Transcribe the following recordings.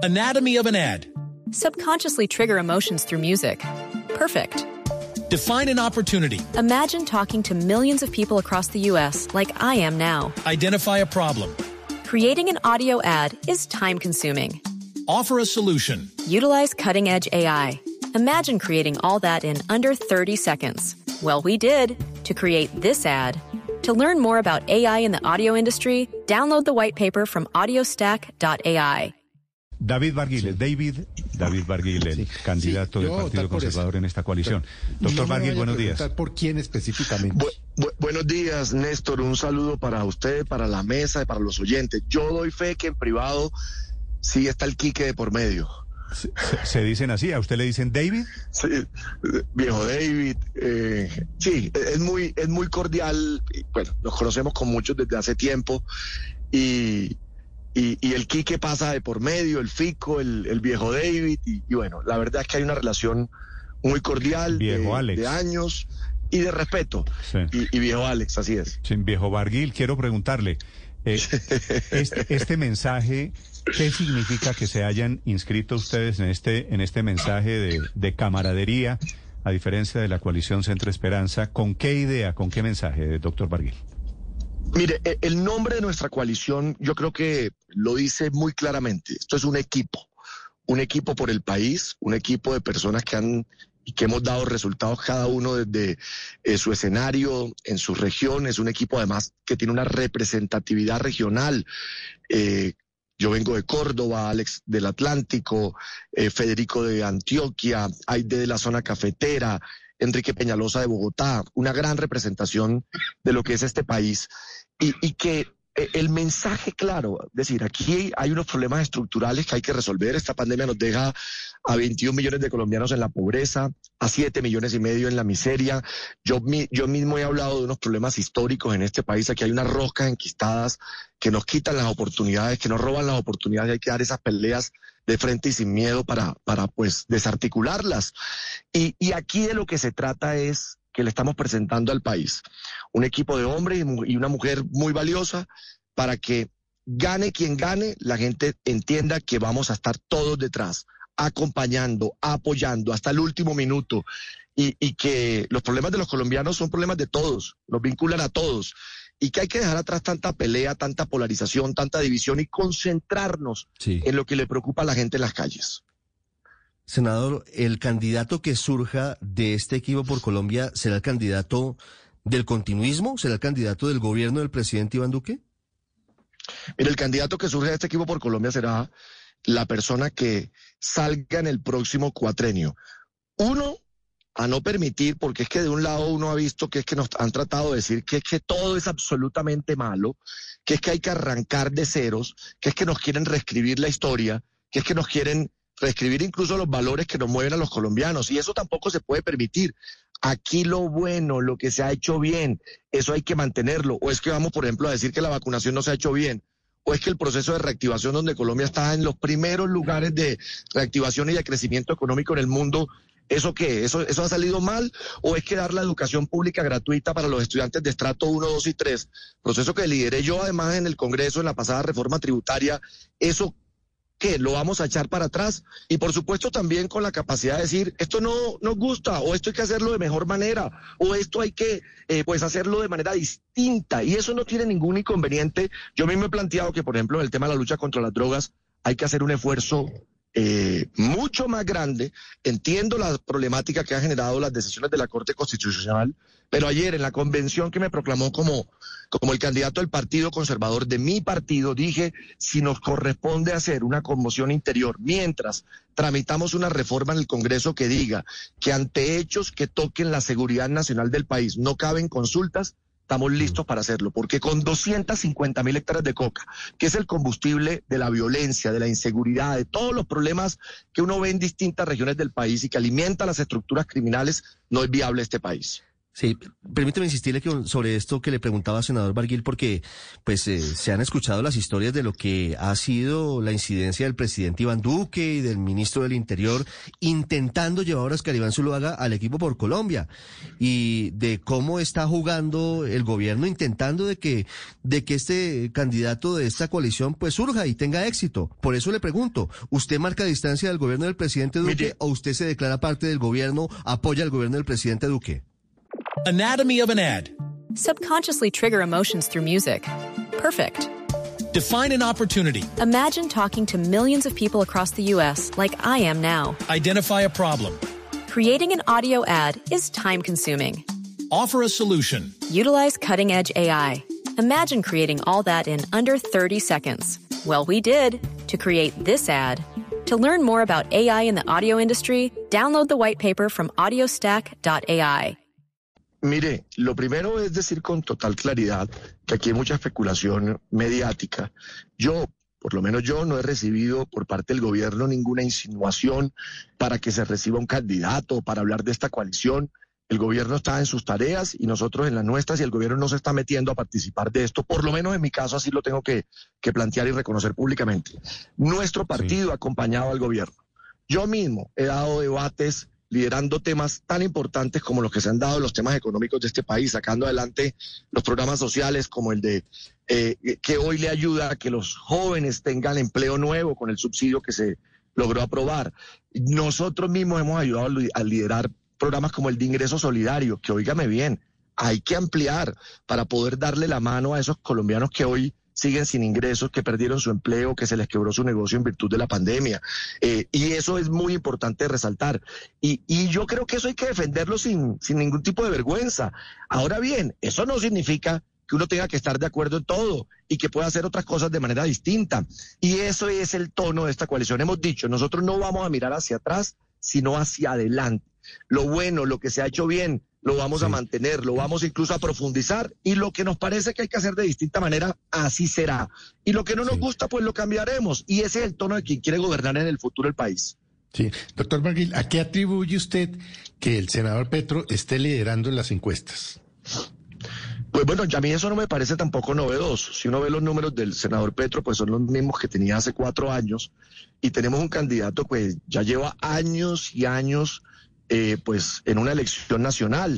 Anatomy of an ad. Subconsciously trigger emotions through music. Perfect. Define an opportunity. Imagine talking to millions of people across the U.S. like I am now. Identify a problem. Creating an audio ad is time-consuming. Offer a solution. Utilize cutting-edge AI. Imagine creating all that in under 30 seconds. Well, we did to create this ad. To learn more about AI in the audio industry, download the white paper from audiostack.ai. David Barguil, David Barguil, el candidato del Partido Conservador en esta coalición. Doctor Barguil, buenos días. ¿Por quién específicamente? Buenos días, Néstor. Un saludo para usted, para la mesa y para los oyentes. Yo doy fe que en privado sí está el quique de por medio. ¿Se dicen así? ¿A usted le dicen David? Sí, viejo David. Sí, es muy cordial. Bueno, nos conocemos con muchos desde hace tiempo y el quique pasa de por medio, el fico, el viejo David. Y bueno, la verdad es que hay una relación muy cordial de años y de respeto. Sí. Y viejo Alex, así es. Sí, viejo Barguil, quiero preguntarle, este mensaje... ¿Qué significa que se hayan inscrito ustedes en este mensaje de camaradería, a diferencia de la coalición Centro Esperanza? ¿Con qué idea, con qué mensaje, doctor Barguil? Mire, el nombre de nuestra coalición yo creo que lo dice muy claramente. Esto es un equipo por el país, un equipo de personas que hemos dado resultados cada uno desde su escenario, en su región. Es un equipo además que tiene una representatividad regional. Yo vengo de Córdoba, Alex del Atlántico, Federico de Antioquia, Aide de la zona cafetera, Enrique Peñalosa de Bogotá, una gran representación de lo que es este país. Y que el mensaje claro, es decir, aquí hay unos problemas estructurales que hay que resolver. Esta pandemia nos deja a 21 millones de colombianos en la pobreza, a 7,5 millones en la miseria. Yo mismo he hablado de unos problemas históricos en este país. Aquí hay unas roscas enquistadas que nos quitan las oportunidades, que nos roban las oportunidades. Hay que dar esas peleas de frente y sin miedo para pues desarticularlas. Y aquí de lo que se trata es que le estamos presentando al país un equipo de hombres y una mujer muy valiosa para que gane quien gane, la gente entienda que vamos a estar todos detrás, acompañando, apoyando hasta el último minuto y que los problemas de los colombianos son problemas de todos, nos vinculan a todos y que hay que dejar atrás tanta pelea, tanta polarización, tanta división y concentrarnos en lo que le preocupa a la gente en las calles. Senador, ¿el candidato que surja de este equipo por Colombia será el candidato del continuismo? ¿Será el candidato del gobierno del presidente Iván Duque? Mire, el candidato que surge de este equipo por Colombia será la persona que salga en el próximo cuatrenio. Uno, a no permitir, porque es que de un lado uno ha visto que es que nos han tratado de decir que es que todo es absolutamente malo, que es que hay que arrancar de ceros, que es que nos quieren reescribir la historia, que es que nos quieren reescribir incluso los valores que nos mueven a los colombianos, y eso tampoco se puede permitir. Aquí lo bueno, lo que se ha hecho bien, eso hay que mantenerlo. O es que vamos, por ejemplo, a decir que la vacunación no se ha hecho bien, o es que el proceso de reactivación donde Colombia está en los primeros lugares de reactivación y de crecimiento económico en el mundo, ¿eso qué? ¿Eso ha salido mal? ¿O es que dar la educación pública gratuita para los estudiantes de estrato 1, 2 y 3? Proceso que lideré yo además en el Congreso en la pasada reforma tributaria. ¿Eso qué? ¿Lo vamos a echar para atrás? Y por supuesto también con la capacidad de decir, esto no nos gusta, o esto hay que hacerlo de mejor manera, o esto hay que pues hacerlo de manera distinta, y eso no tiene ningún inconveniente. Yo mismo he planteado que, por ejemplo, en el tema de la lucha contra las drogas hay que hacer un esfuerzo mucho más grande. Entiendo la problemática que han generado las decisiones de la Corte Constitucional, pero ayer en la convención que me proclamó como el candidato del Partido Conservador de mi partido, dije, si nos corresponde hacer una conmoción interior mientras tramitamos una reforma en el Congreso que diga que ante hechos que toquen la seguridad nacional del país no caben consultas, estamos listos para hacerlo, porque con 250,000 hectáreas de coca, que es el combustible de la violencia, de la inseguridad, de todos los problemas que uno ve en distintas regiones del país y que alimenta las estructuras criminales, no es viable este país. Sí, permíteme insistirle sobre esto que le preguntaba, senador Barguil, porque pues se han escuchado las historias de lo que ha sido la incidencia del presidente Iván Duque y del ministro del Interior intentando llevar a Oscar Iván Zuluaga al equipo por Colombia, y de cómo está jugando el gobierno intentando de que este candidato de esta coalición pues surja y tenga éxito. Por eso le pregunto, ¿usted marca distancia del gobierno del presidente Duque o usted se declara parte del gobierno, apoya al gobierno del presidente Duque? Anatomy of an ad. Subconsciously trigger emotions through music. Perfect. Define an opportunity. Imagine talking to millions of people across the U.S. like I am now. Identify a problem. Creating an audio ad is time-consuming. Offer a solution. Utilize cutting-edge AI. Imagine creating all that in under 30 seconds. Well, we did to create this ad. To learn more about AI in the audio industry, download the white paper from audiostack.ai. Mire, lo primero es decir con total claridad que aquí hay mucha especulación mediática. Por lo menos yo no he recibido por parte del gobierno ninguna insinuación para que se reciba un candidato, para hablar de esta coalición. El gobierno está en sus tareas y nosotros en las nuestras, y el gobierno no se está metiendo a participar de esto. Por lo menos en mi caso así lo tengo que plantear y reconocer públicamente. Nuestro partido ha acompañado al gobierno. Yo mismo he dado debates liderando temas tan importantes como los que se han dado, los temas económicos de este país, sacando adelante los programas sociales como el de que hoy le ayuda a que los jóvenes tengan empleo nuevo con el subsidio que se logró aprobar. Nosotros mismos hemos ayudado a liderar programas como el de ingreso solidario, que óigame bien, hay que ampliar para poder darle la mano a esos colombianos que hoy siguen sin ingresos, que perdieron su empleo, que se les quebró su negocio en virtud de la pandemia. Y eso es muy importante resaltar. Y yo creo que eso hay que defenderlo sin ningún tipo de vergüenza. Ahora bien, eso no significa que uno tenga que estar de acuerdo en todo y que pueda hacer otras cosas de manera distinta. Y eso es el tono de esta coalición. Hemos dicho, nosotros no vamos a mirar hacia atrás, sino hacia adelante. Lo bueno, lo que se ha hecho bien, lo vamos a mantener, lo vamos incluso a profundizar, y lo que nos parece que hay que hacer de distinta manera, así será. Y lo que no nos gusta, pues lo cambiaremos. Y ese es el tono de quien quiere gobernar en el futuro el país. Sí, doctor Barguil, ¿a qué atribuye usted que el senador Petro esté liderando en las encuestas? Pues bueno, a mí eso no me parece tampoco novedoso. Si uno ve los números del senador Petro, pues son los mismos que tenía hace 4 años, y tenemos un candidato pues ya lleva años y años pues en una elección nacional.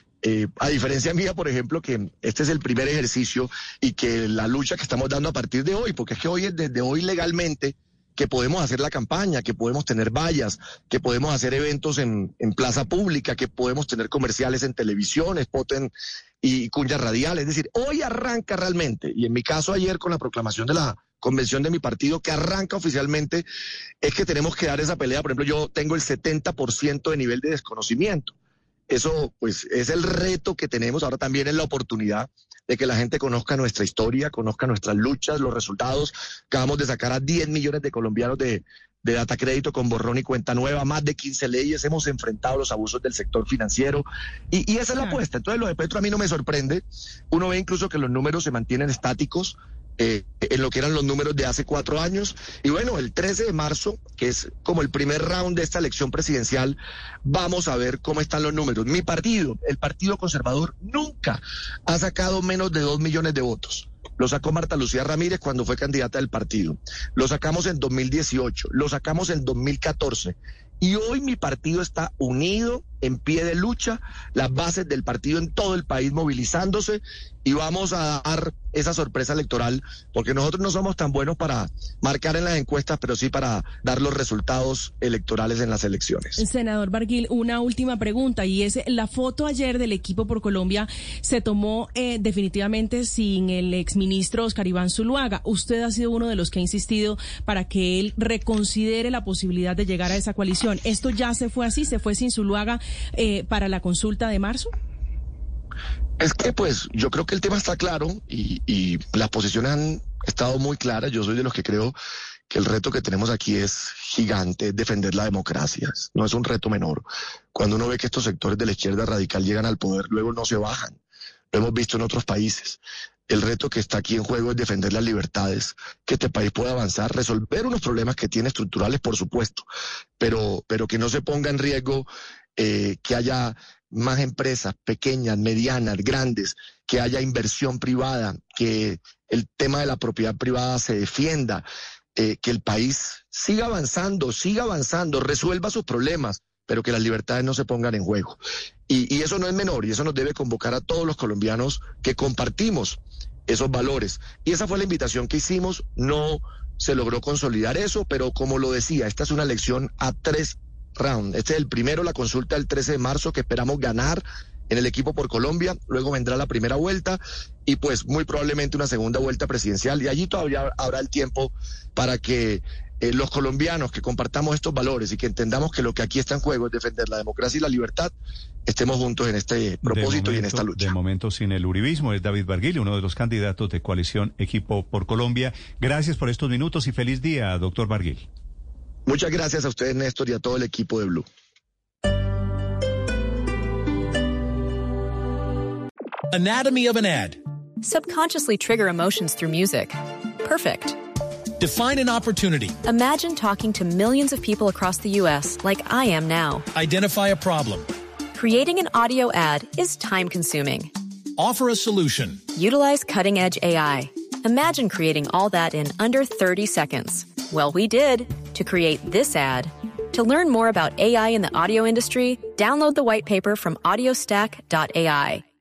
A diferencia mía, por ejemplo, que este es el primer ejercicio y que la lucha que estamos dando a partir de hoy, porque es que hoy es desde hoy legalmente que podemos hacer la campaña, que podemos tener vallas, que podemos hacer eventos en plaza pública, que podemos tener comerciales en televisión, spot y cuñas radiales. Es decir, hoy arranca realmente, y en mi caso ayer con la proclamación de la convención de mi partido, que arranca oficialmente, es que tenemos que dar esa pelea. Por ejemplo, yo tengo el 70% de nivel de desconocimiento. Eso, pues, es el reto que tenemos. Ahora también es la oportunidad de que la gente conozca nuestra historia, conozca nuestras luchas, los resultados. Acabamos de sacar a 10 millones de colombianos de data crédito con borrón y cuenta nueva, más de 15 leyes, hemos enfrentado los abusos del sector financiero, y esa es la apuesta. Entonces, lo de Petro a mí no me sorprende. Uno ve incluso que los números se mantienen estáticos en lo que eran los números de hace 4 años. Y bueno, el 13 de marzo, que es como el primer round de esta elección presidencial, vamos a ver cómo están los números. Mi partido, el Partido Conservador, nunca ha sacado menos de 2 millones de votos. Lo sacó Marta Lucía Ramírez cuando fue candidata del partido. Lo sacamos en 2018, lo sacamos en 2014. Y hoy mi partido está unido, en pie de lucha, las bases del partido en todo el país movilizándose, y vamos a dar esa sorpresa electoral, porque nosotros no somos tan buenos para marcar en las encuestas, pero sí para dar los resultados electorales en las elecciones. Senador Barguil, una última pregunta, y es: la foto ayer del equipo por Colombia se tomó definitivamente sin el exministro Oscar Iván Zuluaga. Usted ha sido uno de los que ha insistido para que él reconsidere la posibilidad de llegar a esa coalición. ¿Esto ya se fue así? ¿Se fue sin Zuluaga para la consulta de marzo? Es que pues yo creo que el tema está claro y las posiciones han estado muy claras. Yo soy de los que creo que el reto que tenemos aquí es gigante, es defender la democracia. No es un reto menor. Cuando uno ve que estos sectores de la izquierda radical llegan al poder, luego no se bajan. Lo hemos visto en otros países. El reto que está aquí en juego es defender las libertades, que este país pueda avanzar, resolver unos problemas que tiene estructurales, por supuesto, pero que no se ponga en riesgo que haya más empresas pequeñas, medianas, grandes, que haya inversión privada, que el tema de la propiedad privada se defienda, que el país siga avanzando, resuelva sus problemas, pero que las libertades no se pongan en juego. Y eso no es menor, y eso nos debe convocar a todos los colombianos que compartimos esos valores. Y esa fue la invitación que hicimos. No se logró consolidar eso, pero como lo decía, esta es una elección a 3 rounds. Este es el primero, la consulta del 13 de marzo, que esperamos ganar en el equipo por Colombia. Luego vendrá la primera vuelta y pues muy probablemente una segunda vuelta presidencial. Y allí todavía habrá el tiempo para que los colombianos que compartamos estos valores y que entendamos que lo que aquí está en juego es defender la democracia y la libertad, estemos juntos en este propósito y en esta lucha. De momento sin el uribismo, es David Barguil, uno de los candidatos de coalición Equipo por Colombia. Gracias por estos minutos y feliz día, doctor Barguil. Muchas gracias a ustedes, Néstor, y a todo el equipo de Blue. Anatomy of an ad. Subconsciously trigger emotions through music. Perfect. Define an opportunity. Imagine talking to millions of people across the U.S. like I am now. Identify a problem. Creating an audio ad is time-consuming. Offer a solution. Utilize cutting-edge AI. Imagine creating all that in under 30 seconds. Well, we did to create this ad. To learn more about AI in the audio industry, download the white paper from audiostack.ai.